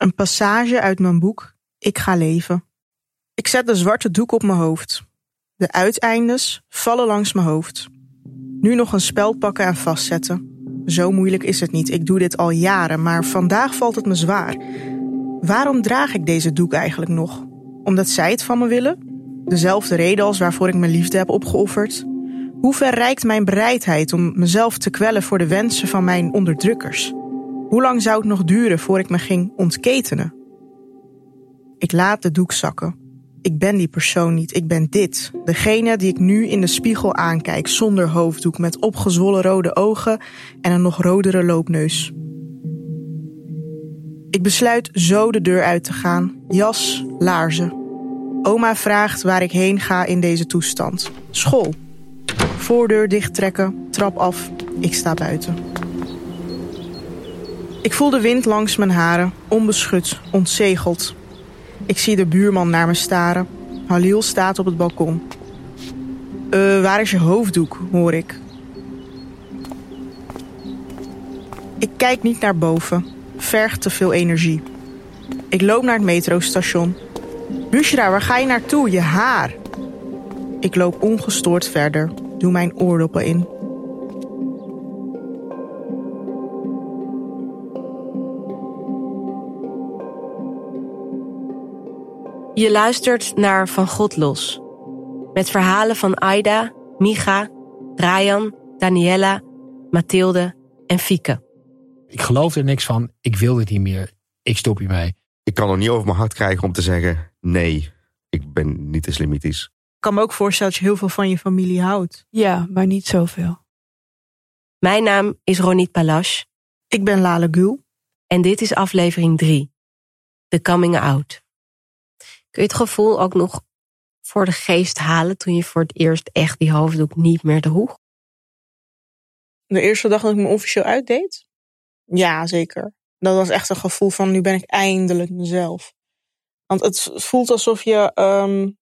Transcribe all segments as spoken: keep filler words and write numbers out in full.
Een passage uit mijn boek Ik ga leven. Ik zet de zwarte doek op mijn hoofd. De uiteindes vallen langs mijn hoofd. Nu nog een speld pakken en vastzetten. Zo moeilijk is het niet, ik doe dit al jaren, maar vandaag valt het me zwaar. Waarom draag ik deze doek eigenlijk nog? Omdat zij het van me willen? Dezelfde reden als waarvoor ik mijn liefde heb opgeofferd? Hoe ver reikt mijn bereidheid om mezelf te kwellen voor de wensen van mijn onderdrukkers? Hoe lang zou het nog duren voor ik me ging ontketenen? Ik laat de doek zakken. Ik ben die persoon niet, ik ben dit. Degene die ik nu in de spiegel aankijk, zonder hoofddoek, met opgezwollen rode ogen en een nog rodere loopneus. Ik besluit zo de deur uit te gaan, jas, laarzen. Oma vraagt waar ik heen ga in deze toestand. School. Voordeur dichttrekken, trap af, ik sta buiten. Ik voel de wind langs mijn haren, onbeschut, ontzegeld. Ik zie de buurman naar me staren. Halil staat op het balkon. Uh, waar is je hoofddoek, hoor ik. Ik kijk niet naar boven. Vergt te veel energie. Ik loop naar het metrostation. Bushra, waar ga je naartoe? Je haar. Ik loop ongestoord verder. Doe mijn oordoppen in. Je luistert naar Van God Los. Met verhalen van Aida, Micha, Ryan, Daniella, Mathilde en Fieke. Ik geloof er niks van. Ik wil dit niet meer. Ik stop hiermee. Ik kan er niet over mijn hart krijgen om te zeggen... nee, ik ben niet islamitisch. Ik kan me ook voorstellen dat je heel veel van je familie houdt. Ja, maar niet zoveel. Mijn naam is Ronit Palash. Ik ben Lale Gül. En dit is aflevering drie. The Coming Out. Kun je het gevoel ook nog voor de geest halen... toen je voor het eerst echt die hoofddoek niet meer droeg? De eerste dag dat ik me officieel uitdeed? Ja, zeker. Dat was echt een gevoel van, nu ben ik eindelijk mezelf. Want het voelt alsof je... Um,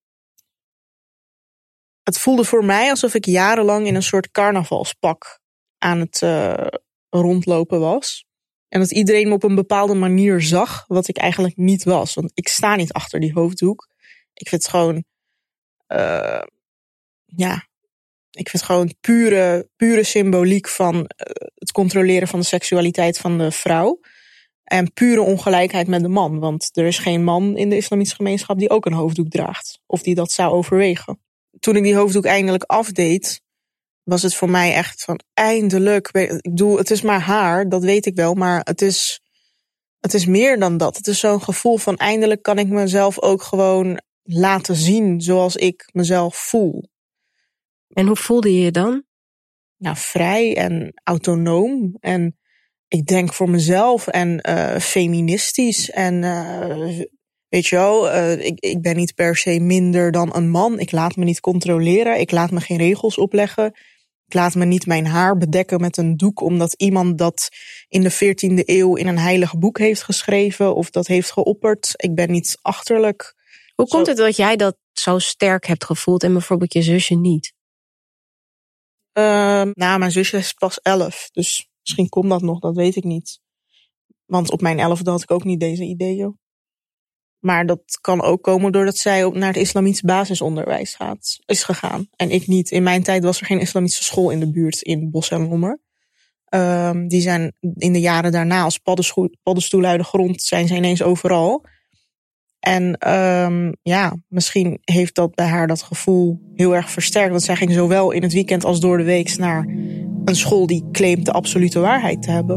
het voelde voor mij alsof ik jarenlang in een soort carnavalspak aan het uh, rondlopen was. En dat iedereen me op een bepaalde manier zag, wat ik eigenlijk niet was. Want ik sta niet achter die hoofddoek. Ik vind het gewoon... Uh, ja... Ik vind het gewoon pure, pure symboliek van uh, het controleren van de seksualiteit van de vrouw. En pure ongelijkheid met de man. Want er is geen man in de islamitische gemeenschap die ook een hoofddoek draagt. Of die dat zou overwegen. Toen ik die hoofddoek eindelijk afdeed, was het voor mij echt van eindelijk. Ik bedoel, het is maar haar, dat weet ik wel. Maar het is, het is meer dan dat. Het is zo'n gevoel van eindelijk kan ik mezelf ook gewoon laten zien zoals ik mezelf voel. En hoe voelde je je dan? Nou, vrij en autonoom. En ik denk voor mezelf en uh, feministisch. En uh, weet je wel, uh, ik, ik ben niet per se minder dan een man. Ik laat me niet controleren. Ik laat me geen regels opleggen. Ik laat me niet mijn haar bedekken met een doek, omdat iemand dat in de veertiende eeuw in een heilig boek heeft geschreven of dat heeft geopperd. Ik ben niet achterlijk. Hoe komt het dat jij dat zo sterk hebt gevoeld en bijvoorbeeld je zusje niet? Uh, nou, mijn zusje is pas elf, dus misschien komt dat nog, dat weet ik niet. Want op mijn elfde had ik ook niet deze ideeën. Maar dat kan ook komen doordat zij op naar het islamitisch basisonderwijs gaat, is gegaan. En ik niet. In mijn tijd was er geen islamitische school in de buurt in Bos en Lommer. Uh, die zijn in de jaren daarna als paddenstoelen uit de grond zijn ze ineens overal. En um, ja, misschien heeft dat bij haar dat gevoel heel erg versterkt. Want zij ging zowel in het weekend als door de week naar een school die claimt de absolute waarheid te hebben.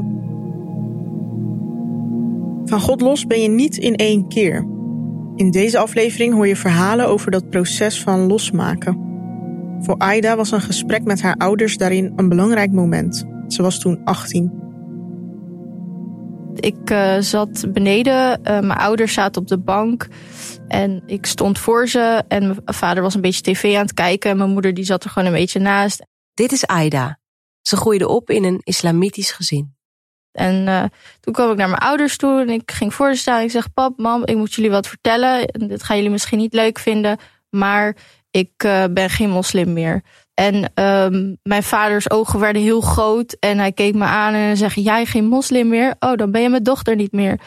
Van God los ben je niet in één keer. In deze aflevering hoor je verhalen over dat proces van losmaken. Voor Aida was een gesprek met haar ouders daarin een belangrijk moment. Ze was toen achttien. Ik uh, zat beneden, uh, mijn ouders zaten op de bank en ik stond voor ze en mijn vader was een beetje tv aan het kijken en mijn moeder die zat er gewoon een beetje naast. Dit is Aida. Ze groeide op in een islamitisch gezin. En uh, toen kwam ik naar mijn ouders toe en ik ging voor ze staan en ik zeg, pap, mam, ik moet jullie wat vertellen. Dit gaan jullie misschien niet leuk vinden, maar ik uh, ben geen moslim meer. En um, mijn vaders ogen werden heel groot en hij keek me aan en zei, jij geen moslim meer? Oh, dan ben je mijn dochter niet meer.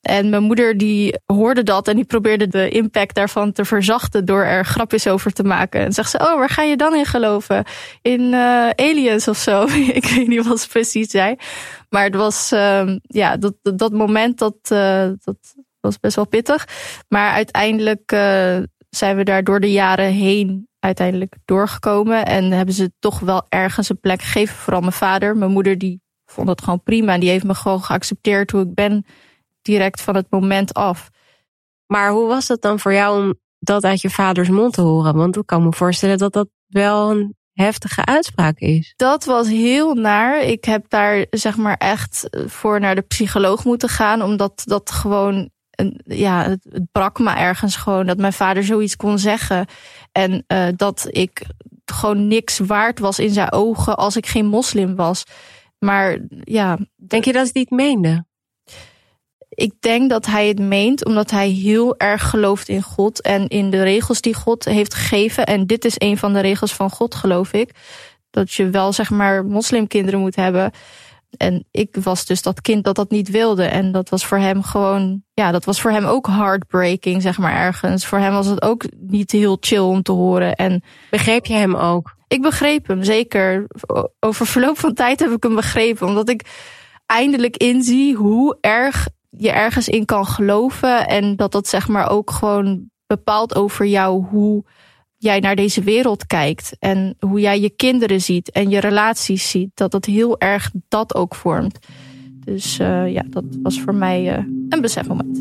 En mijn moeder die hoorde dat en die probeerde de impact daarvan te verzachten door er grapjes over te maken. En zegt ze, oh, waar ga je dan in geloven? In uh, aliens of zo? Ik weet niet wat ze precies zei. Maar het was, uh, ja, dat, dat, dat moment, dat, uh, dat was best wel pittig. Maar uiteindelijk uh, zijn we daar door de jaren heen uiteindelijk doorgekomen. En hebben ze toch wel ergens een plek gegeven. Vooral mijn vader. Mijn moeder die vond het gewoon prima. En die heeft me gewoon geaccepteerd hoe ik ben. Direct van het moment af. Maar hoe was het dan voor jou om dat uit je vaders mond te horen? Want ik kan me voorstellen dat dat wel een heftige uitspraak is. Dat was heel naar. Ik heb daar zeg maar echt voor naar de psycholoog moeten gaan. Omdat dat gewoon, ja, het, het brak me ergens gewoon. Dat mijn vader zoiets kon zeggen. En uh, dat ik gewoon niks waard was in zijn ogen als ik geen moslim was. Maar ja. Denk je dat hij het meende? Ik denk dat hij het meent omdat hij heel erg gelooft in God en in de regels die God heeft gegeven. En dit is een van de regels van God, geloof ik. Dat je wel, zeg maar, moslimkinderen moet hebben. En ik was dus dat kind dat dat niet wilde. En dat was voor hem gewoon, ja, dat was voor hem ook heartbreaking, zeg maar, ergens. Voor hem was het ook niet heel chill om te horen. En begreep je hem ook? Ik begreep hem, zeker. Over verloop van tijd heb ik hem begrepen. Omdat ik eindelijk inzie hoe erg je ergens in kan geloven. En dat dat, zeg maar, ook gewoon bepaalt over jou hoe jij naar deze wereld kijkt. En hoe jij je kinderen ziet en je relaties ziet. Dat dat heel erg dat ook vormt. Dus uh, ja, dat was voor mij uh, een besefmoment.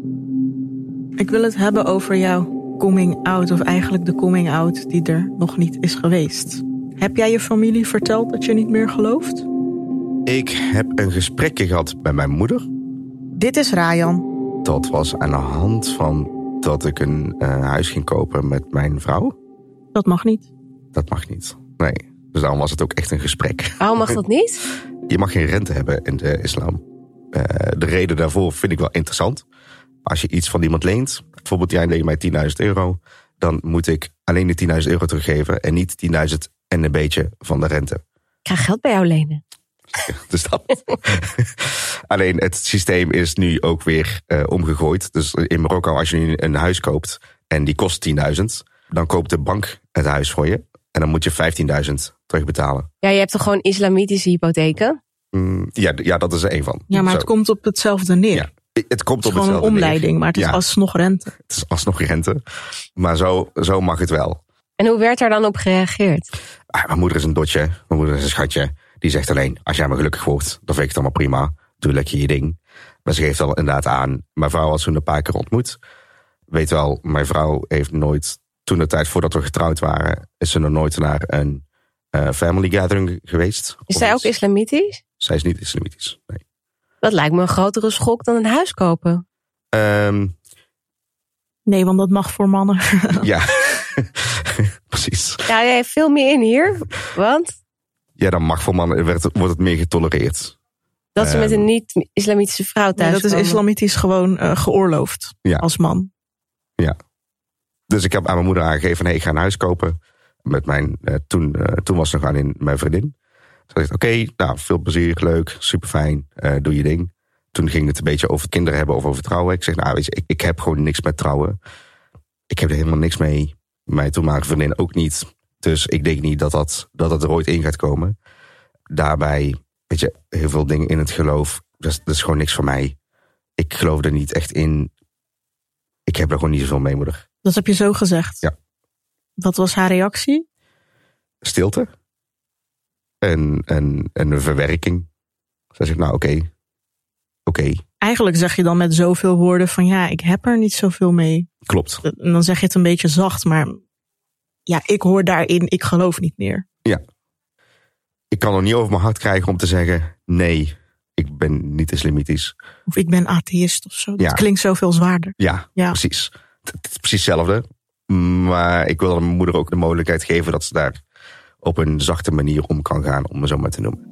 Ik wil het hebben over jouw coming out. Of eigenlijk de coming out die er nog niet is geweest. Heb jij je familie verteld dat je niet meer gelooft? Ik heb een gesprekje gehad met mijn moeder. Dit is Rayan. Dat was aan de hand van dat ik een uh, huis ging kopen met mijn vrouw. Dat mag niet. Dat mag niet, nee. Dus daarom was het ook echt een gesprek. Waarom mag dat niet? Je mag geen rente hebben in de islam. Uh, de reden daarvoor vind ik wel interessant. Als je iets van iemand leent, bijvoorbeeld jij leent mij tienduizend euro... dan moet ik alleen de tienduizend euro teruggeven en niet tienduizend en een beetje van de rente. Ik ga geld bij jou lenen. Dus dat. Alleen het systeem is nu ook weer uh, omgegooid. Dus in Marokko, als je nu een huis koopt en die kost tienduizend... dan koopt de bank het huis voor je. En dan moet je vijftienduizend terugbetalen. Ja, je hebt toch gewoon islamitische hypotheken? Mm, ja, ja, dat is er één van. Ja, maar Zo. Het komt op hetzelfde neer. Ja, het komt het is op gewoon een omleiding, neer. maar het is ja, alsnog rente. Het is alsnog rente. Maar zo, zo mag het wel. En hoe werd daar dan op gereageerd? Ah, mijn moeder is een dotje. Mijn moeder is een schatje. Die zegt alleen, als jij maar gelukkig wordt, dan vind ik het allemaal prima. Doe lekker je ding. Maar ze geeft al inderdaad aan. Mijn vrouw had toen een paar keer ontmoet. Weet wel, mijn vrouw heeft nooit, toen de tijd voordat we getrouwd waren, is ze nog nooit naar een uh, family gathering geweest. Is zij ook islamitisch? Zij is niet islamitisch, nee. Dat lijkt me een grotere schok dan een huis kopen. Um, nee, want dat mag voor mannen. Ja, precies. Ja, jij heeft veel meer in hier, want... Ja, dan mag voor mannen, wordt het meer getolereerd. Dat ze um, met een niet-islamitische vrouw thuis nee, dat is islamitisch gewoon uh, geoorloofd ja. als man. Ja. Dus ik heb aan mijn moeder aangegeven van, hey, ik ga een huis kopen. Met mijn, uh, toen, uh, toen was nog alleen mijn vriendin. Ze zegt, oké, okay, nou, veel plezier, leuk, super fijn, uh, doe je ding. Toen ging het een beetje over kinderen hebben of over trouwen. Ik zeg, nou, weet je, ik, ik heb gewoon niks met trouwen. Ik heb er helemaal niks mee. Mijn toenmalige vriendin ook niet. Dus ik denk niet dat dat, dat dat er ooit in gaat komen. Daarbij, weet je, heel veel dingen in het geloof. Dat is, dat is gewoon niks voor mij. Ik geloof er niet echt in. Ik heb er gewoon niet zoveel mee, moeder. Dat heb je zo gezegd? Ja. Wat was haar reactie? Stilte. En, en, en een verwerking. Zij zegt, nou oké. Okay. Oké. Okay. Eigenlijk zeg je dan met zoveel woorden van ja, ik heb er niet zoveel mee. Klopt. En dan zeg je het een beetje zacht, maar ja, ik hoor daarin, ik geloof niet meer. Ja. Ik kan er niet over mijn hart krijgen om te zeggen, nee, ik ben niet islamitisch. Of ik ben atheïst of zo. Dat ja. klinkt zoveel zwaarder. Ja, ja. precies. Het, het is precies hetzelfde. Maar ik wil mijn moeder ook de mogelijkheid geven dat ze daar op een zachte manier om kan gaan, om me zo maar te noemen.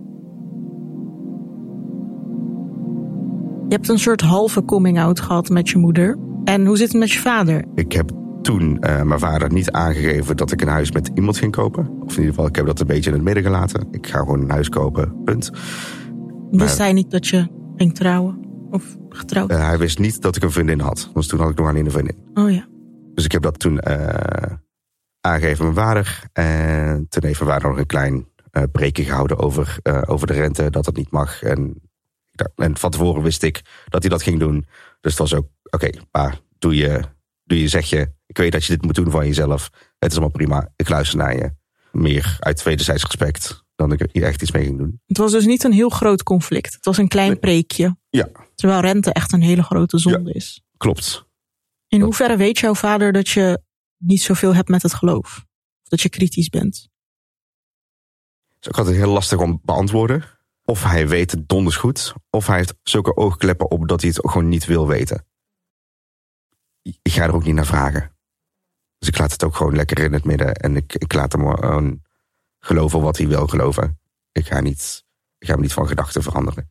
Je hebt een soort halve coming-out gehad met je moeder. En hoe zit het met je vader? Ik heb toen uh, mijn vader niet aangegeven dat ik een huis met iemand ging kopen. Of in ieder geval, ik heb dat een beetje in het midden gelaten. Ik ga gewoon een huis kopen, punt. Wist hij niet dat je ging trouwen? Of getrouwd? Uh, hij wist niet dat ik een vriendin had. Want toen had ik nog alleen een vriendin. Oh ja. Dus ik heb dat toen uh, aangegeven aan mijn vader. En toen heeft mijn vader nog een klein uh, preekje gehouden over, uh, over de rente. Dat dat niet mag. En, en van tevoren wist ik dat hij dat ging doen. Dus het was ook, oké, okay, pa, doe je, doe je zegje. Ik weet dat je dit moet doen van jezelf. Het is allemaal prima. Ik luister naar je. Meer uit wederzijds respect dan ik hier echt iets mee ging doen. Het was dus niet een heel groot conflict. Het was een klein nee. preekje. Ja. Terwijl rente echt een hele grote zonde ja, is. Klopt. In hoeverre weet jouw vader dat je niet zoveel hebt met het geloof? Of dat je kritisch bent? Het is ook altijd heel lastig om te beantwoorden. Of hij weet het donders goed. Of hij heeft zulke oogkleppen op dat hij het gewoon niet wil weten. Ik ga er ook niet naar vragen. Dus ik laat het ook gewoon lekker in het midden. En ik, ik laat hem gewoon geloven wat hij wil geloven. Ik ga, niet, ik ga hem niet van gedachten veranderen.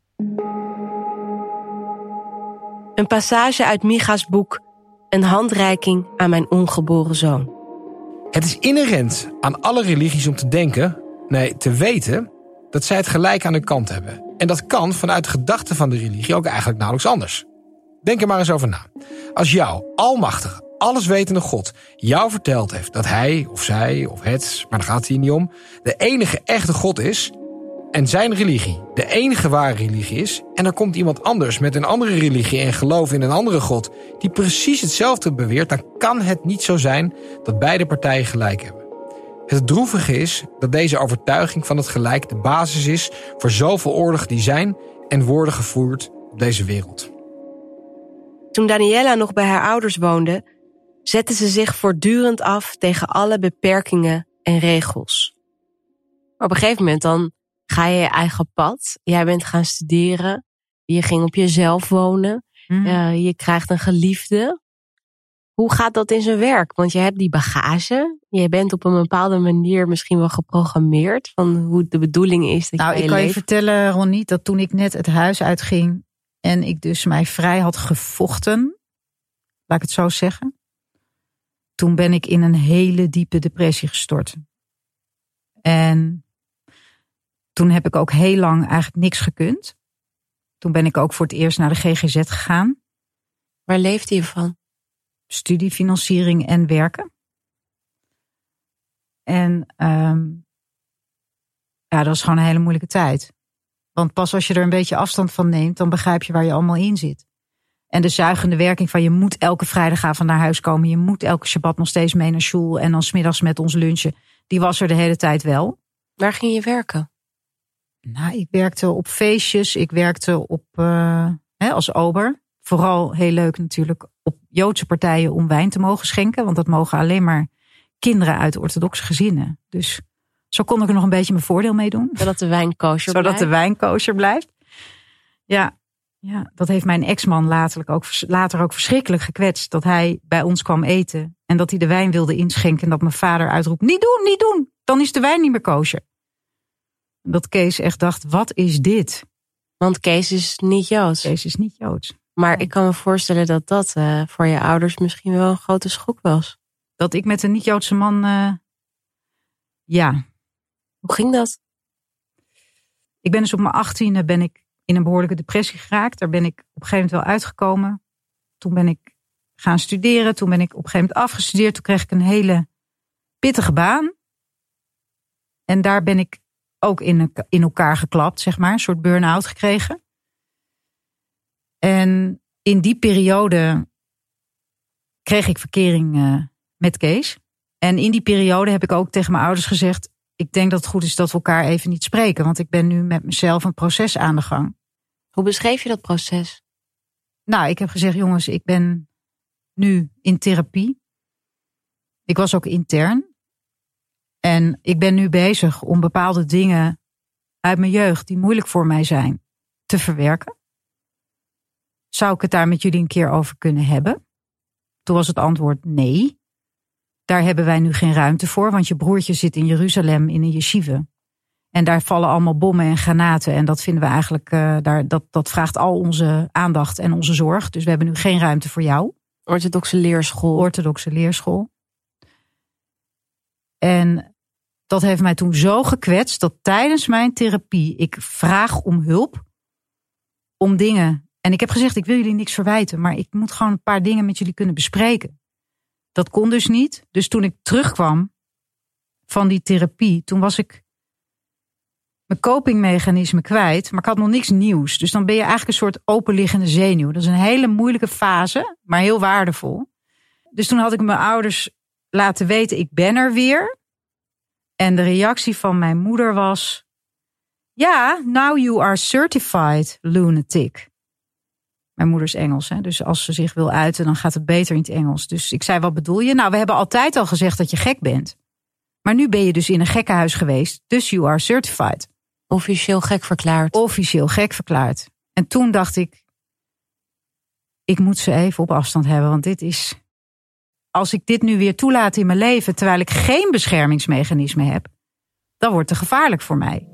Een passage uit Micha's boek Een handreiking aan mijn ongeboren zoon. Het is inherent aan alle religies om te denken, nee, te weten, dat zij het gelijk aan hun kant hebben. En dat kan vanuit de gedachte van de religie ook eigenlijk nauwelijks anders. Denk er maar eens over na. Als jouw almachtige, alleswetende God jou verteld heeft dat hij of zij of het, maar daar gaat het hier niet om, de enige echte God is en zijn religie de enige ware religie is, en dan komt iemand anders met een andere religie en geloof in een andere God die precies hetzelfde beweert, dan kan het niet zo zijn dat beide partijen gelijk hebben. Het droevige is dat deze overtuiging van het gelijk de basis is voor zoveel oorlogen die zijn en worden gevoerd op deze wereld. Toen Daniela nog bij haar ouders woonde, zette ze zich voortdurend af tegen alle beperkingen en regels. Maar op een gegeven moment dan ga je je eigen pad. Jij bent gaan studeren. Je ging op jezelf wonen. Mm. Uh, je krijgt een geliefde. Hoe gaat dat in zijn werk? Want je hebt die bagage. Je bent op een bepaalde manier misschien wel geprogrammeerd van hoe de bedoeling is dat nou, je ik kan leeft. je vertellen, Ronnie, dat toen ik net het huis uitging en ik dus mij vrij had gevochten, laat ik het zo zeggen, toen ben ik in een hele diepe depressie gestort. En toen heb ik ook heel lang eigenlijk niks gekund. Toen ben ik ook voor het eerst naar de G G Z gegaan. Waar leefde je van? Studiefinanciering en werken. En um, ja, dat was gewoon een hele moeilijke tijd. Want pas als je er een beetje afstand van neemt, dan begrijp je waar je allemaal in zit. En de zuigende werking van je moet elke vrijdagavond naar huis komen. Je moet elke Shabbat nog steeds mee naar school. En dan 's middags met ons lunchen. Die was er de hele tijd wel. Waar ging je werken? Nou, ik werkte op feestjes. Ik werkte op, uh, hè, als ober. Vooral heel leuk natuurlijk op Joodse partijen om wijn te mogen schenken. Want dat mogen alleen maar kinderen uit orthodoxe gezinnen. Dus zo kon ik er nog een beetje mijn voordeel mee doen. Zodat de wijn kosher Zodat blijft. de wijn kosher blijft. Ja, ja, dat heeft mijn ex-man later ook, later ook verschrikkelijk gekwetst. Dat hij bij ons kwam eten. En dat hij de wijn wilde inschenken. En dat mijn vader uitroept, niet doen, niet doen. Dan is de wijn niet meer kosher. En dat Kees echt dacht, wat is dit? Want Kees is niet Joods. Kees is niet Joods. Maar ik kan me voorstellen dat dat uh, voor je ouders misschien wel een grote schok was. Dat ik met een niet-Joodse man, uh, ja. Hoe ging dat? Ik ben dus op mijn achttiende ben ik in een behoorlijke depressie geraakt. Daar ben ik op een gegeven moment wel uitgekomen. Toen ben ik gaan studeren. Toen ben ik op een gegeven moment afgestudeerd. Toen kreeg ik een hele pittige baan. En daar ben ik ook in, in elkaar geklapt, zeg maar. Een soort burn-out gekregen. En in die periode kreeg ik verkering uh, met Kees. En in die periode heb ik ook tegen mijn ouders gezegd, ik denk dat het goed is dat we elkaar even niet spreken. Want ik ben nu met mezelf een proces aan de gang. Hoe beschreef je dat proces? Nou, ik heb gezegd, jongens, ik ben nu in therapie. Ik was ook intern. En ik ben nu bezig om bepaalde dingen uit mijn jeugd die moeilijk voor mij zijn te verwerken. Zou ik het daar met jullie een keer over kunnen hebben? Toen was het antwoord nee. Daar hebben wij nu geen ruimte voor, want je broertje zit in Jeruzalem in een yeshiva. En daar vallen allemaal bommen en granaten. En dat vinden we eigenlijk, uh, daar, dat, dat vraagt al onze aandacht en onze zorg. Dus we hebben nu geen ruimte voor jou. Orthodoxe leerschool. Orthodoxe leerschool. En dat heeft mij toen zo gekwetst dat tijdens mijn therapie ik vraag om hulp. Om dingen En ik heb gezegd, ik wil jullie niks verwijten, maar ik moet gewoon een paar dingen met jullie kunnen bespreken. Dat kon dus niet. Dus toen ik terugkwam van die therapie, toen was ik mijn copingmechanisme kwijt, maar ik had nog niks nieuws. Dus dan ben je eigenlijk een soort openliggende zenuw. Dat is een hele moeilijke fase, maar heel waardevol. Dus toen had ik mijn ouders laten weten, ik ben er weer. En de reactie van mijn moeder was, ja, now you are certified lunatic. Mijn moeder is Engels, hè? Dus als ze zich wil uiten, dan gaat het beter in het Engels. Dus ik zei, wat bedoel je? Nou, we hebben altijd al gezegd dat je gek bent. Maar nu ben je dus in een gekkenhuis geweest, dus you are certified. Officieel gek verklaard. Officieel gek verklaard. En toen dacht ik, ik moet ze even op afstand hebben, want dit is, als ik dit nu weer toelaat in mijn leven, terwijl ik geen beschermingsmechanisme heb, dan wordt het gevaarlijk voor mij.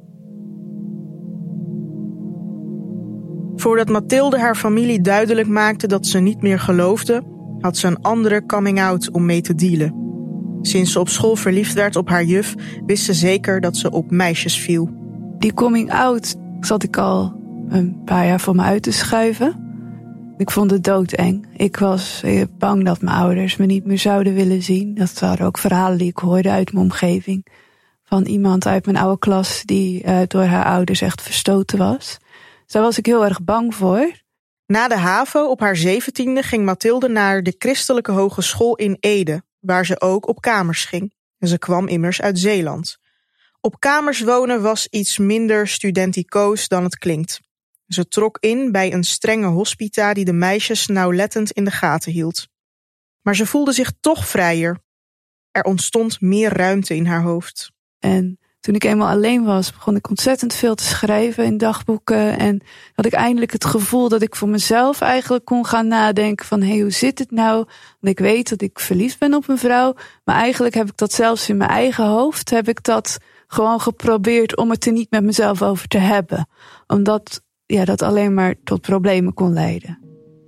Voordat Mathilde haar familie duidelijk maakte dat ze niet meer geloofde, had ze een andere coming-out om mee te dealen. Sinds ze op school verliefd werd op haar juf, wist ze zeker dat ze op meisjes viel. Die coming-out zat ik al een paar jaar voor me uit te schuiven. Ik vond het doodeng. Ik was bang dat mijn ouders me niet meer zouden willen zien. Dat waren ook verhalen die ik hoorde uit mijn omgeving. Van iemand uit mijn oude klas die uh, door haar ouders echt verstoten was. Dus daar was ik heel erg bang voor. Na de HAVO op haar zeventiende ging Mathilde naar de Christelijke Hogeschool in Ede, waar ze ook op kamers ging. En ze kwam immers uit Zeeland. Op kamers wonen was iets minder studenticoos dan het klinkt. Ze trok in bij een strenge hospita die de meisjes nauwlettend in de gaten hield. Maar ze voelde zich toch vrijer. Er ontstond meer ruimte in haar hoofd. En toen ik eenmaal alleen was, begon ik ontzettend veel te schrijven in dagboeken. En had ik eindelijk het gevoel dat ik voor mezelf eigenlijk kon gaan nadenken van, hé, hey, hoe zit het nou? Want ik weet dat ik verliefd ben op een vrouw. Maar eigenlijk heb ik dat zelfs in mijn eigen hoofd, heb ik dat gewoon geprobeerd om het er niet met mezelf over te hebben. Omdat ja, dat alleen maar tot problemen kon leiden.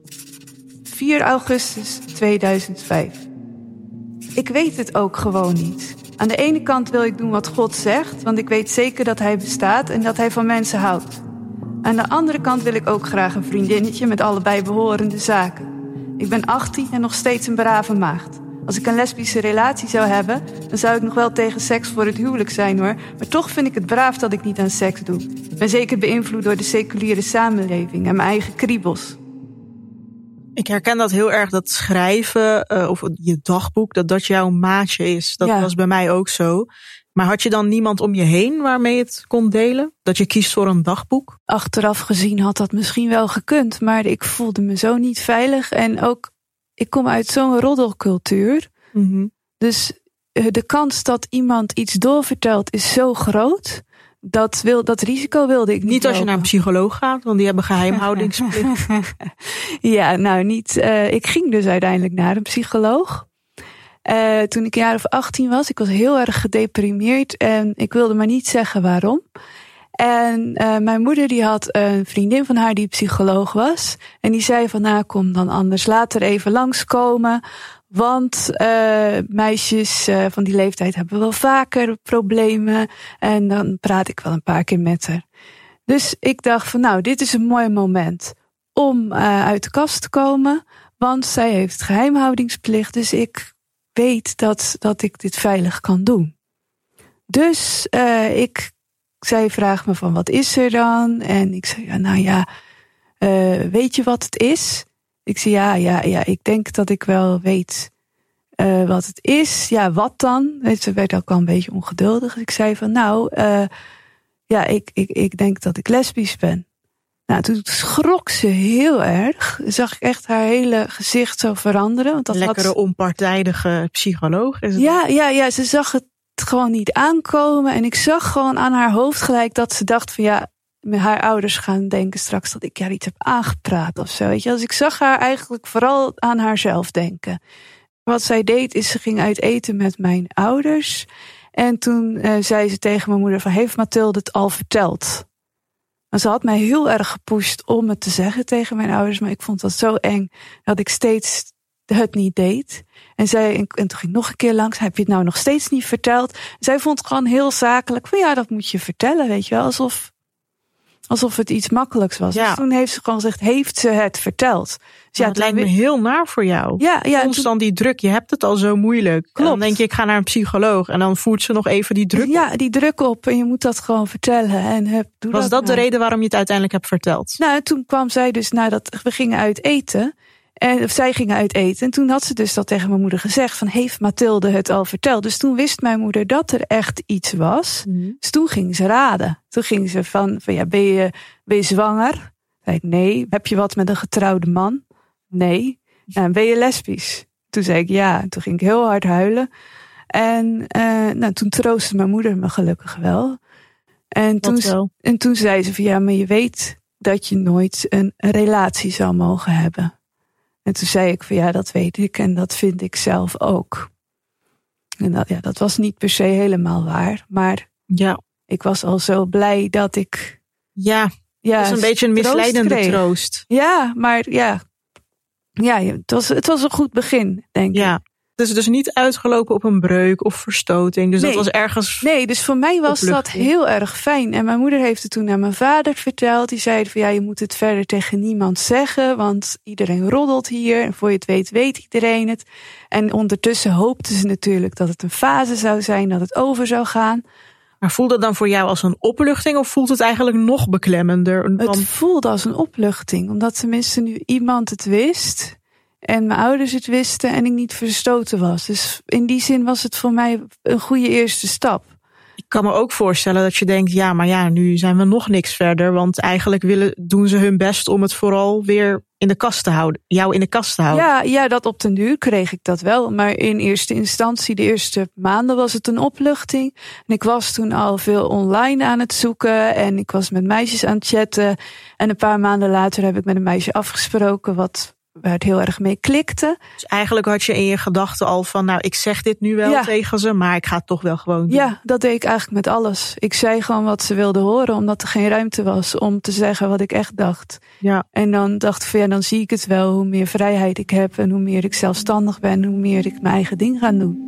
vier augustus tweeduizend vijf. Ik weet het ook gewoon niet. Aan de ene kant wil ik doen wat God zegt, want ik weet zeker dat hij bestaat en dat hij van mensen houdt. Aan de andere kant wil ik ook graag een vriendinnetje met allebei behorende zaken. Ik ben achttien en nog steeds een brave maagd. Als ik een lesbische relatie zou hebben, dan zou ik nog wel tegen seks voor het huwelijk zijn hoor. Maar toch vind ik het braaf dat ik niet aan seks doe. Ik ben zeker beïnvloed door de seculiere samenleving en mijn eigen kriebels. Ik herken dat heel erg, dat schrijven uh, of je dagboek, dat dat jouw maatje is. Dat ja. was bij mij ook zo. Maar had je dan niemand om je heen waarmee je het kon delen? Dat je kiest voor een dagboek? Achteraf gezien had dat misschien wel gekund, maar ik voelde me zo niet veilig. En ook, ik kom uit zo'n roddelcultuur. Mm-hmm. Dus de kans dat iemand iets doorvertelt is zo groot. Dat, wil, dat risico wilde ik niet Niet als lopen. je naar een psycholoog gaat, want die hebben geheimhoudingsplicht. Ja, nou niet. Uh, ik ging dus uiteindelijk naar een psycholoog. Uh, toen ik een jaar of achttien was. Ik was heel erg gedeprimeerd en ik wilde maar niet zeggen waarom. En uh, mijn moeder die had een vriendin van haar die psycholoog was. En die zei van, nou kom dan anders later even langskomen. Want uh, meisjes uh, van die leeftijd hebben wel vaker problemen. En dan praat ik wel een paar keer met haar. Dus ik dacht van, nou, dit is een mooi moment om uh, uit de kast te komen. Want zij heeft geheimhoudingsplicht. Dus ik weet dat, dat ik dit veilig kan doen. Dus uh, ik, zij vraagt me van, wat is er dan? En ik zei, ja, nou ja, uh, weet je wat het is? Ik zei, ja, ja, ja, ik denk dat ik wel weet uh, wat het is. Ja, wat dan? Ze werd ook al een beetje ongeduldig. Ik zei van, nou, uh, ja, ik, ik, ik denk dat ik lesbisch ben. Nou, toen schrok ze heel erg. Zag ik echt haar hele gezicht zo veranderen. Want dat Lekkere, had... onpartijdige psycholoog. Is het ja, ja, ja, ze zag het gewoon niet aankomen. En ik zag gewoon aan haar hoofd gelijk dat ze dacht van, ja, haar ouders gaan denken straks dat ik haar iets heb aangepraat of zo. Weet je? Dus ik zag haar eigenlijk vooral aan haarzelf denken. Wat zij deed is, ze ging uit eten met mijn ouders. En toen uh, zei ze tegen mijn moeder van, heeft Mathilde het al verteld? Maar ze had mij heel erg gepusht om het te zeggen tegen mijn ouders. Maar ik vond dat zo eng dat ik steeds het niet deed. En, zij, en, en toen ging ik nog een keer langs. Heb je het nou nog steeds niet verteld? En zij vond het gewoon heel zakelijk. Van ja, dat moet je vertellen, weet je wel. Alsof, Alsof het iets makkelijks was. Ja. Dus toen heeft ze gewoon gezegd, heeft ze het verteld? Dus Ja, ja, het lijkt me toen- heel naar voor jou. Ja, ja, en Constant die druk. Je hebt het al zo moeilijk. En dan Klopt. denk je, ik ga naar een psycholoog. En dan voert ze nog even die druk. Ja, die druk op en je moet dat gewoon vertellen. En heb, doe Was dat de nou. reden waarom je het uiteindelijk hebt verteld? Nou, toen kwam zij dus nadat we gingen uit eten. En, of zij gingen uit eten. En toen had ze dus dat tegen mijn moeder gezegd. Van, heeft Mathilde het al verteld? Dus toen wist mijn moeder dat er echt iets was. Mhm. Dus toen ging ze raden. Toen ging ze van, van ja, ben je, ben je zwanger? Zei ik, nee. Heb je wat met een getrouwde man? Nee. Nou, ben je lesbisch? Toen zei ik ja. En toen ging ik heel hard huilen. En uh, nou, toen troostte mijn moeder me gelukkig wel. En toen, Wat wel? en toen zei ze van ja, maar je weet dat je nooit een relatie zou mogen hebben. En toen zei ik van ja, dat weet ik en dat vind ik zelf ook. En dat, ja, dat was niet per se helemaal waar. Maar Ja, ik was al zo blij dat ik... ja Ja, dat is een beetje een troost misleidende kreeg. troost. Ja, maar ja, ja het, was, het was een goed begin, denk ik. Ja. Het is dus niet uitgelopen op een breuk of verstoting. Dus Nee. dat was ergens... Nee, dus voor mij was dat Opluchting. heel erg fijn. En mijn moeder heeft het toen aan mijn vader verteld. Die zei van ja, je moet het verder tegen niemand zeggen. Want iedereen roddelt hier. En voor je het weet, weet iedereen het. En ondertussen hoopten ze natuurlijk dat het een fase zou zijn. Dat het over zou gaan. Maar voelt het dan voor jou als een opluchting? Of voelt het eigenlijk nog beklemmender? Het Want voelde als een opluchting. Omdat tenminste nu iemand het wist. En mijn ouders het wisten en ik niet verstoten was. Dus in die zin was het voor mij een goede eerste stap. ik kan me ook voorstellen dat je denkt, ja, maar ja, nu zijn we nog niks verder. Want eigenlijk willen, doen ze hun best om het vooral weer in de kast te houden. Jou in de kast te houden. Ja, ja, dat op den duur kreeg ik dat wel. Maar in eerste instantie, de eerste maanden was het een opluchting. En ik was toen al veel online aan het zoeken. En ik was met meisjes aan het chatten. En een paar maanden later heb ik met een meisje afgesproken wat... waar het heel erg mee klikte. Dus eigenlijk had je in je gedachten al van, nou, ik zeg dit nu wel Ja. tegen ze, maar ik ga het toch wel gewoon doen. Ja, dat deed ik eigenlijk met alles. Ik zei gewoon wat ze wilden horen, omdat er geen ruimte was om te zeggen wat ik echt dacht. Ja. En dan dacht ik van ja, dan zie ik het wel, hoe meer vrijheid ik heb en hoe meer ik zelfstandig ben, hoe meer ik mijn eigen ding ga doen.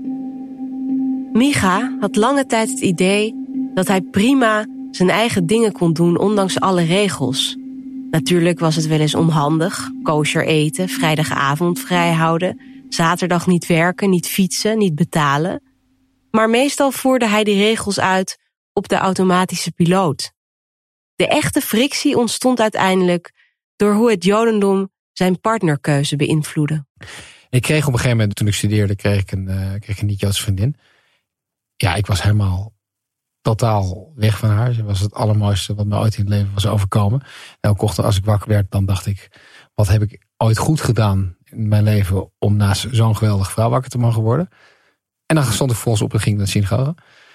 Micha had lange tijd het idee dat hij prima zijn eigen dingen kon doen, ondanks alle regels. Natuurlijk was het wel eens onhandig, kosher eten, vrijdagavond vrijhouden, zaterdag niet werken, niet fietsen, niet betalen. Maar meestal voerde hij die regels uit op de automatische piloot. De echte frictie ontstond uiteindelijk door hoe het Jodendom zijn partnerkeuze beïnvloedde. Ik kreeg op een gegeven moment, toen ik studeerde, kreeg ik een, uh, kreeg ik een niet-Joodse vriendin. Ja, ik was helemaal totaal weg van haar. Ze was het allermooiste wat me ooit in het leven was overkomen. Elke ochtend als ik wakker werd, dan dacht ik, wat heb ik ooit goed gedaan in mijn leven om naast zo'n geweldige vrouw wakker te mogen worden. En dan stond ik volgens op en ging naar de synagoge.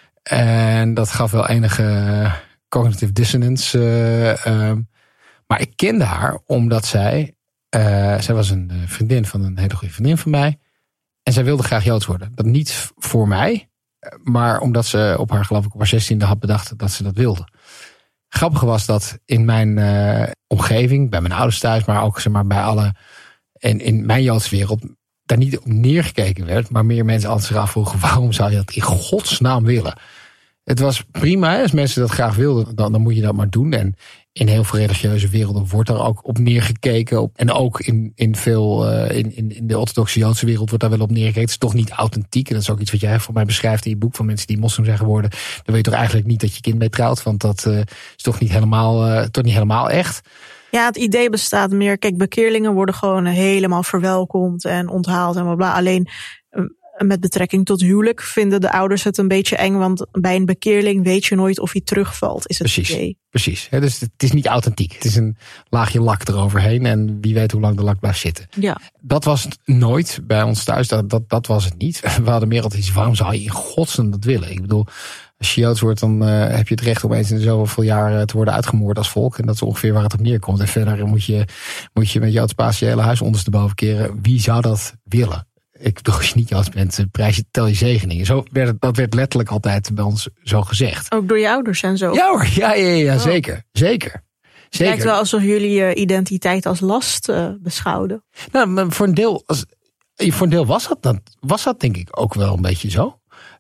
En dat gaf wel enige cognitive dissonance. Uh, uh, maar ik kende haar omdat zij, uh, zij was een vriendin van een hele goede vriendin van mij. En zij wilde graag Joods worden. Dat niet voor mij, maar omdat ze op haar, geloof ik, op haar zestiende had bedacht dat ze dat wilde. Grappige was dat in mijn uh, omgeving, bij mijn ouders thuis, maar ook zeg maar, bij alle, in, in mijn Joodse wereld, daar niet op neergekeken werd, maar meer mensen altijd zich afvroegen, waarom zou je dat in godsnaam willen? Het was prima, hè? Als mensen dat graag wilden, dan, dan moet je dat maar doen. En in heel veel religieuze werelden wordt daar ook op neergekeken. Op, en ook in, in veel, uh, in, in, in de orthodoxe Joodse wereld wordt daar wel op neergekeken. Het is toch niet authentiek. En dat is ook iets wat jij voor mij beschrijft in je boek van mensen die moslim zijn geworden. Dan weet je toch eigenlijk niet dat je kind mee trouwt. Want dat uh, is toch niet helemaal, uh, toch niet helemaal echt. Ja, het idee bestaat meer. Kijk, bekeerlingen worden gewoon helemaal verwelkomd en onthaald en bla bla. Alleen met betrekking tot huwelijk vinden de ouders het een beetje eng. Want bij een bekeerling weet je nooit of hij terugvalt, is het precies, idee. Precies. He, dus het is niet authentiek. Het is een laagje lak eroverheen. En wie weet hoe lang de lak blijft zitten. Ja. Dat was het nooit bij ons thuis. Dat, dat, dat was het niet. We hadden meer altijd iets. Waarom zou je in godsnaam dat willen? Ik bedoel, als je Joods wordt, dan uh, heb je het recht om eens in zoveel jaar te worden uitgemoord als volk. En dat is ongeveer waar het op neerkomt. En verder moet je, moet je met Joods paas je hele huis ondersteboven keren. Wie zou dat willen? Ik bedoel, als je niet Joods bent, prijs je, tel je zegeningen. Zo werd het, dat werd letterlijk altijd bij ons zo gezegd. Ook door je ouders en zo? Ja hoor, ja, ja, ja, oh. zeker. Zeker. Het zeker. lijkt wel alsof jullie je identiteit als last uh, beschouwden. Nou, maar voor een deel, als, voor een deel was dat, dat, was dat denk ik ook wel een beetje zo.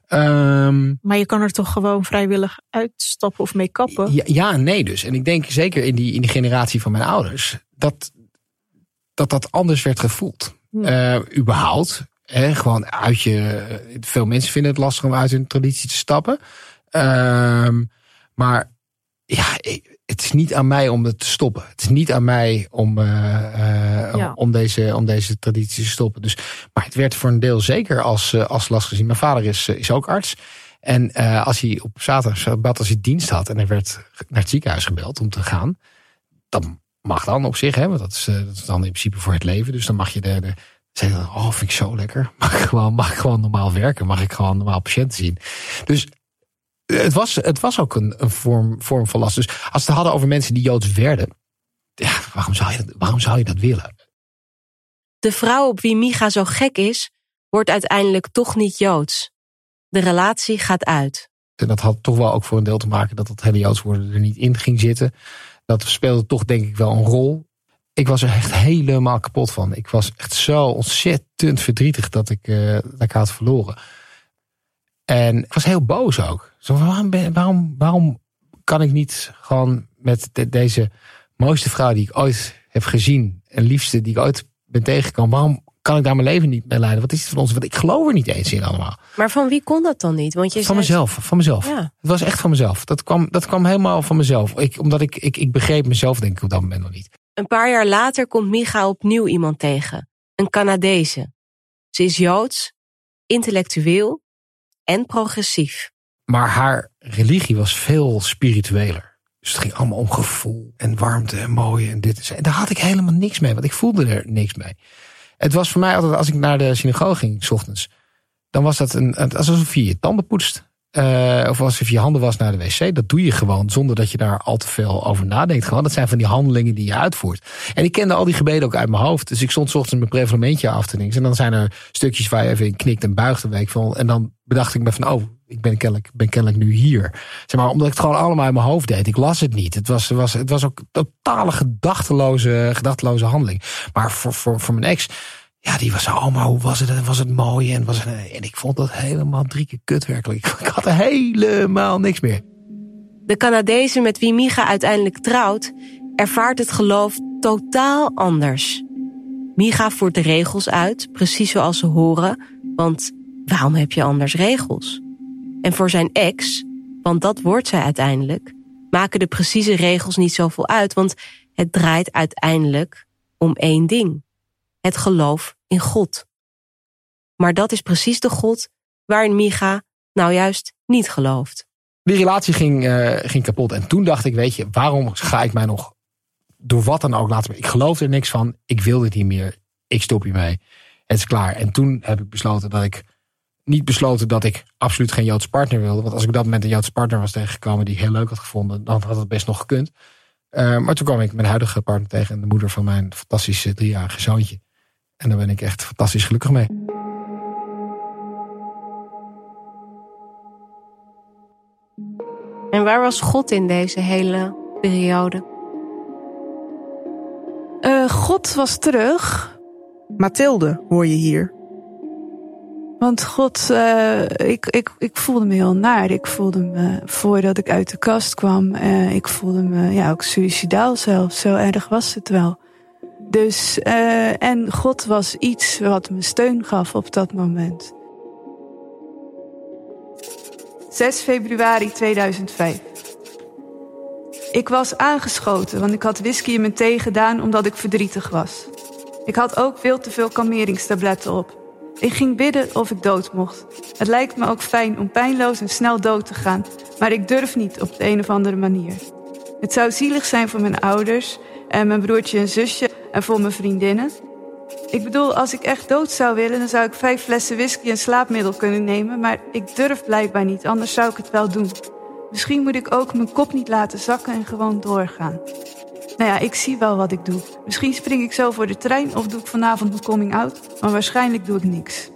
Um, maar je kan er toch gewoon vrijwillig uitstappen of mee kappen? Ja, ja en nee dus. En ik denk zeker in die, in die generatie van mijn ouders... dat dat, dat anders werd gevoeld. Ja. Uh, überhaupt. Hè, gewoon uit je... Veel mensen vinden het lastig om uit hun traditie te stappen. Um, maar ja... Het is niet aan mij om het te stoppen. Het is niet aan mij om, uh, uh, ja. om, deze, om deze traditie te stoppen. Dus, maar het werd voor een deel zeker als, uh, als last gezien. Mijn vader is, is ook arts. En uh, als hij op zaterdag, als hij dienst had en hij werd naar het ziekenhuis gebeld om te gaan, dan mag dan op zich, hè, want dat is, uh, dat is dan in principe voor het leven. Dus dan mag je de, de zeggen, oh, vind ik zo lekker. Mag ik gewoon, mag ik gewoon normaal werken? Mag ik gewoon normaal patiënten zien? Dus Het was, het was ook een, een vorm, vorm van last. Dus als we het hadden over mensen die Joods werden, ja, waarom zou je dat, waarom zou je dat willen? De vrouw op wie Micha zo gek is, wordt uiteindelijk toch niet Joods. De relatie gaat uit. En dat had toch wel ook voor een deel te maken dat het hele Joods worden er niet in ging zitten. Dat speelde toch denk ik wel een rol. Ik was er echt helemaal kapot van. Ik was echt zo ontzettend verdrietig dat ik, uh, dat ik had verloren. En ik was heel boos ook. Zo, waarom, ben, waarom, waarom kan ik niet gewoon met de, deze mooiste vrouw die ik ooit heb gezien, en liefste die ik ooit ben tegengekomen, waarom kan ik daar mijn leven niet mee leiden? Wat is het van ons? Want ik geloof er niet eens in allemaal. Maar van wie kon dat dan niet? Want je van zei... mezelf, van mezelf. Ja. Het was echt van mezelf. Dat kwam, dat kwam helemaal van mezelf. Ik, omdat ik, ik, ik begreep mezelf denk ik op dat moment nog niet. Een paar jaar later komt Micha opnieuw iemand tegen. Een Canadese. Ze is Joods, intellectueel en progressief. Maar haar religie was veel spiritueler. Dus het ging allemaal om gevoel en warmte en mooie en dit. En daar had ik helemaal niks mee, want ik voelde er niks mee. Het was voor mij altijd, als ik naar de synagoge ging, 's ochtends, dan was dat een, alsof je je tanden poetst. Uh, of alsof je je handen was naar de wc. Dat doe je gewoon zonder dat je daar al te veel over nadenkt. Gewoon, dat zijn van die handelingen die je uitvoert. En ik kende al die gebeden ook uit mijn hoofd. Dus ik stond 's ochtends mijn prevalementje af te niks. En dan zijn er stukjes waar je even in knikt en buigt. Een week van. En dan bedacht ik me van, oh, ik ben kennelijk, ben kennelijk nu hier. Zeg maar, omdat ik het gewoon allemaal in mijn hoofd deed. Ik las het niet. Het was, was, het was ook totale gedachteloze, gedachteloze handeling. Maar voor, voor, voor mijn ex, ja, die was zo, oh, maar hoe was het? Was het mooi? En, was het, en ik vond dat helemaal drie keer kut werkelijk. Ik had er helemaal niks meer. De Canadese met wie Micha uiteindelijk trouwt, ervaart het geloof totaal anders. Micha voert de regels uit, precies zoals ze horen, want waarom heb je anders regels? En voor zijn ex, want dat wordt zij uiteindelijk, maken de precieze regels niet zoveel uit, want het draait uiteindelijk om één ding. Het geloof in God. Maar dat is precies de God waarin Micha nou juist niet gelooft. Die relatie ging, uh, ging kapot. En toen dacht ik, weet je, waarom ga ik mij nog door wat dan ook laten... Ik geloof er niks van, ik wil dit niet meer, ik stop hiermee. Het is klaar. En toen heb ik besloten dat ik... Niet besloten dat ik absoluut geen Joodse partner wilde. Want als ik op dat moment een Joodse partner was tegengekomen die ik heel leuk had gevonden, dan had het best nog gekund. Uh, maar toen kwam ik mijn huidige partner tegen en de moeder van mijn fantastische driejarige zoontje. En daar ben ik echt fantastisch gelukkig mee. En waar was God in deze hele periode? Uh, God was terug. Mathilde hoor je hier. Want God, uh, ik, ik, ik voelde me heel naar. Ik voelde me, voordat ik uit de kast kwam, uh, ik voelde me ja, ook suïcidaal zelfs. Zo erg was het wel. Dus, uh, en God was iets wat me steun gaf op dat moment. zes februari tweeduizend vijf. Ik was aangeschoten, want ik had whisky in mijn thee gedaan omdat ik verdrietig was. Ik had ook veel te veel kalmeringstabletten op. Ik ging bidden of ik dood mocht. Het lijkt me ook fijn om pijnloos en snel dood te gaan, maar ik durf niet op de een of andere manier. Het zou zielig zijn voor mijn ouders en mijn broertje en zusje en voor mijn vriendinnen. Ik bedoel, als ik echt dood zou willen, dan zou ik vijf flessen whisky en slaapmiddel kunnen nemen, maar ik durf blijkbaar niet, anders zou ik het wel doen. Misschien moet ik ook mijn kop niet laten zakken en gewoon doorgaan. Nou ja, ik zie wel wat ik doe. Misschien spring ik zo voor de trein of doe ik vanavond mijn coming out, maar waarschijnlijk doe ik niks.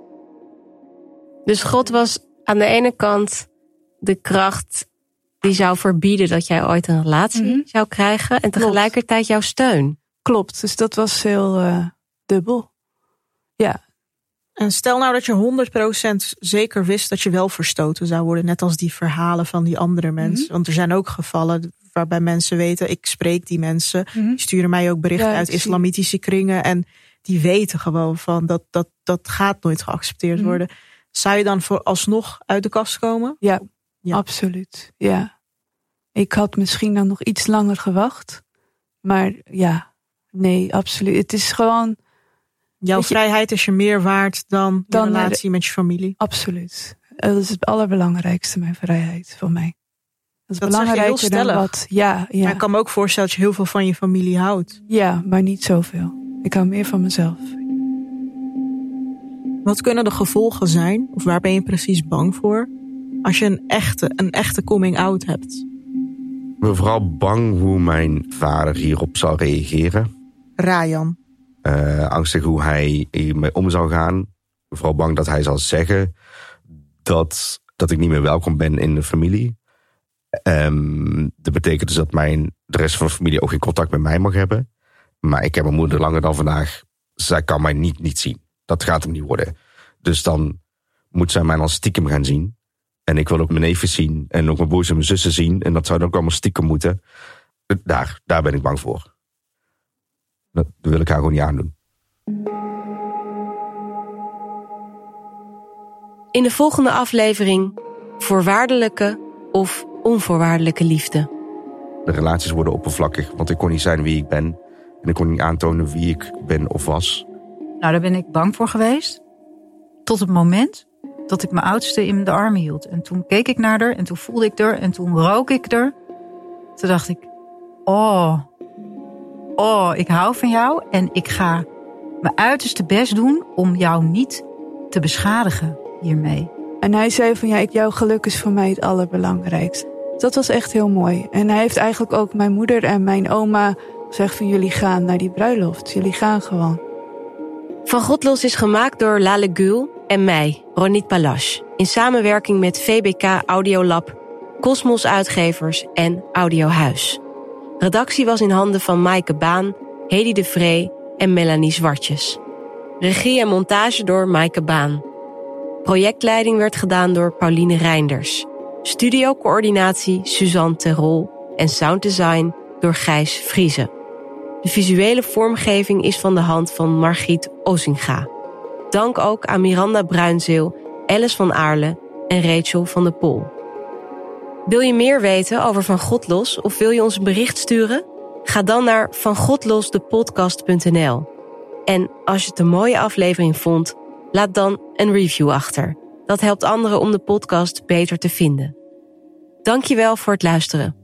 Dus God was aan de ene kant de kracht die zou verbieden dat jij ooit een relatie mm-hmm. zou krijgen en tegelijkertijd jouw steun. Klopt, dus dat was heel uh, dubbel. Ja. En stel nou dat je honderd procent zeker wist dat je wel verstoten zou worden. Net als die verhalen van die andere mensen. Mm-hmm. Want er zijn ook gevallen waarbij mensen weten, ik spreek die mensen. Mm-hmm. Die sturen mij ook berichten Ja, uit zie- islamitische kringen. En die weten gewoon van dat, dat, dat gaat nooit geaccepteerd Mm-hmm. worden. Zou je dan voor alsnog uit de kast komen? Ja, Ja. absoluut. Ja. Ik had misschien dan nog iets langer gewacht. Maar ja, nee, absoluut. Het is gewoon Jouw Weet je- vrijheid is je meer waard dan je Dan, eh, relatie met je familie. absoluut. Dat is het allerbelangrijkste, mijn vrijheid voor mij. Dat is Dat zeg je heel belangrijker dan stellig. wat. Ja, ja. Maar ik kan me ook voorstellen dat je heel veel van je familie houdt. Ja, maar niet zoveel. Ik hou meer van mezelf. Wat kunnen de gevolgen zijn? Of waar ben je precies bang voor? Als je een echte, een echte coming out hebt. Ik ben vooral bang hoe mijn vader hierop zal reageren. Rayan. Uh, angstig hoe hij hiermee om zal gaan. Vooral bang dat hij zal zeggen dat, dat ik niet meer welkom ben in de familie. Um, dat betekent dus dat mijn, de rest van de familie ook geen contact met mij mag hebben. Maar ik heb mijn moeder langer dan vandaag. Zij kan mij niet, niet zien. Dat gaat hem niet worden. Dus dan moet zij mij dan stiekem gaan zien. En ik wil ook mijn neefjes zien. En ook mijn broers en mijn zussen zien. En dat zou dan ook allemaal stiekem moeten. Daar, daar ben ik bang voor. Dat wil ik haar gewoon niet aandoen. In de volgende aflevering voorwaardelijke of onvoorwaardelijke liefde. De relaties worden oppervlakkig, want ik kon niet zijn wie ik ben. En ik kon niet aantonen wie ik ben of was. Nou, daar ben ik bang voor geweest. Tot het moment dat ik mijn oudste in de armen hield. En toen keek ik naar haar en toen voelde ik haar en toen rook ik haar. Toen dacht ik, oh, oh, ik hou van jou en ik ga mijn uiterste best doen om jou niet te beschadigen hiermee. En hij zei van ja, ik, jouw geluk is voor mij het allerbelangrijkste. Dat was echt heel mooi. En hij heeft eigenlijk ook mijn moeder en mijn oma gezegd van jullie gaan naar die bruiloft. Jullie gaan gewoon. Van God Los is gemaakt door Lale Gül en mij, Ronit Palash. In samenwerking met V B K Audiolab, Cosmos Uitgevers en Audiohuis. Redactie was in handen van Maaike Baan, Hedy de Vree en Melanie Zwartjes. Regie en montage door Maaike Baan. Projectleiding werd gedaan door Pauline Reinders. Studiocoördinatie Suzanne Terol en sounddesign door Gijs Vrieze. De visuele vormgeving is van de hand van Margriet Ozinga. Dank ook aan Miranda Bruinzeel, Alice van Aarle en Rachel van der Pol. Wil je meer weten over Van God Los of wil je ons een bericht sturen? Ga dan naar vangodlosdepodcast punt n l. En als je het een mooie aflevering vond, laat dan een review achter. Dat helpt anderen om de podcast beter te vinden. Dank je wel voor het luisteren.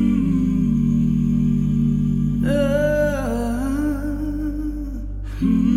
Hmm.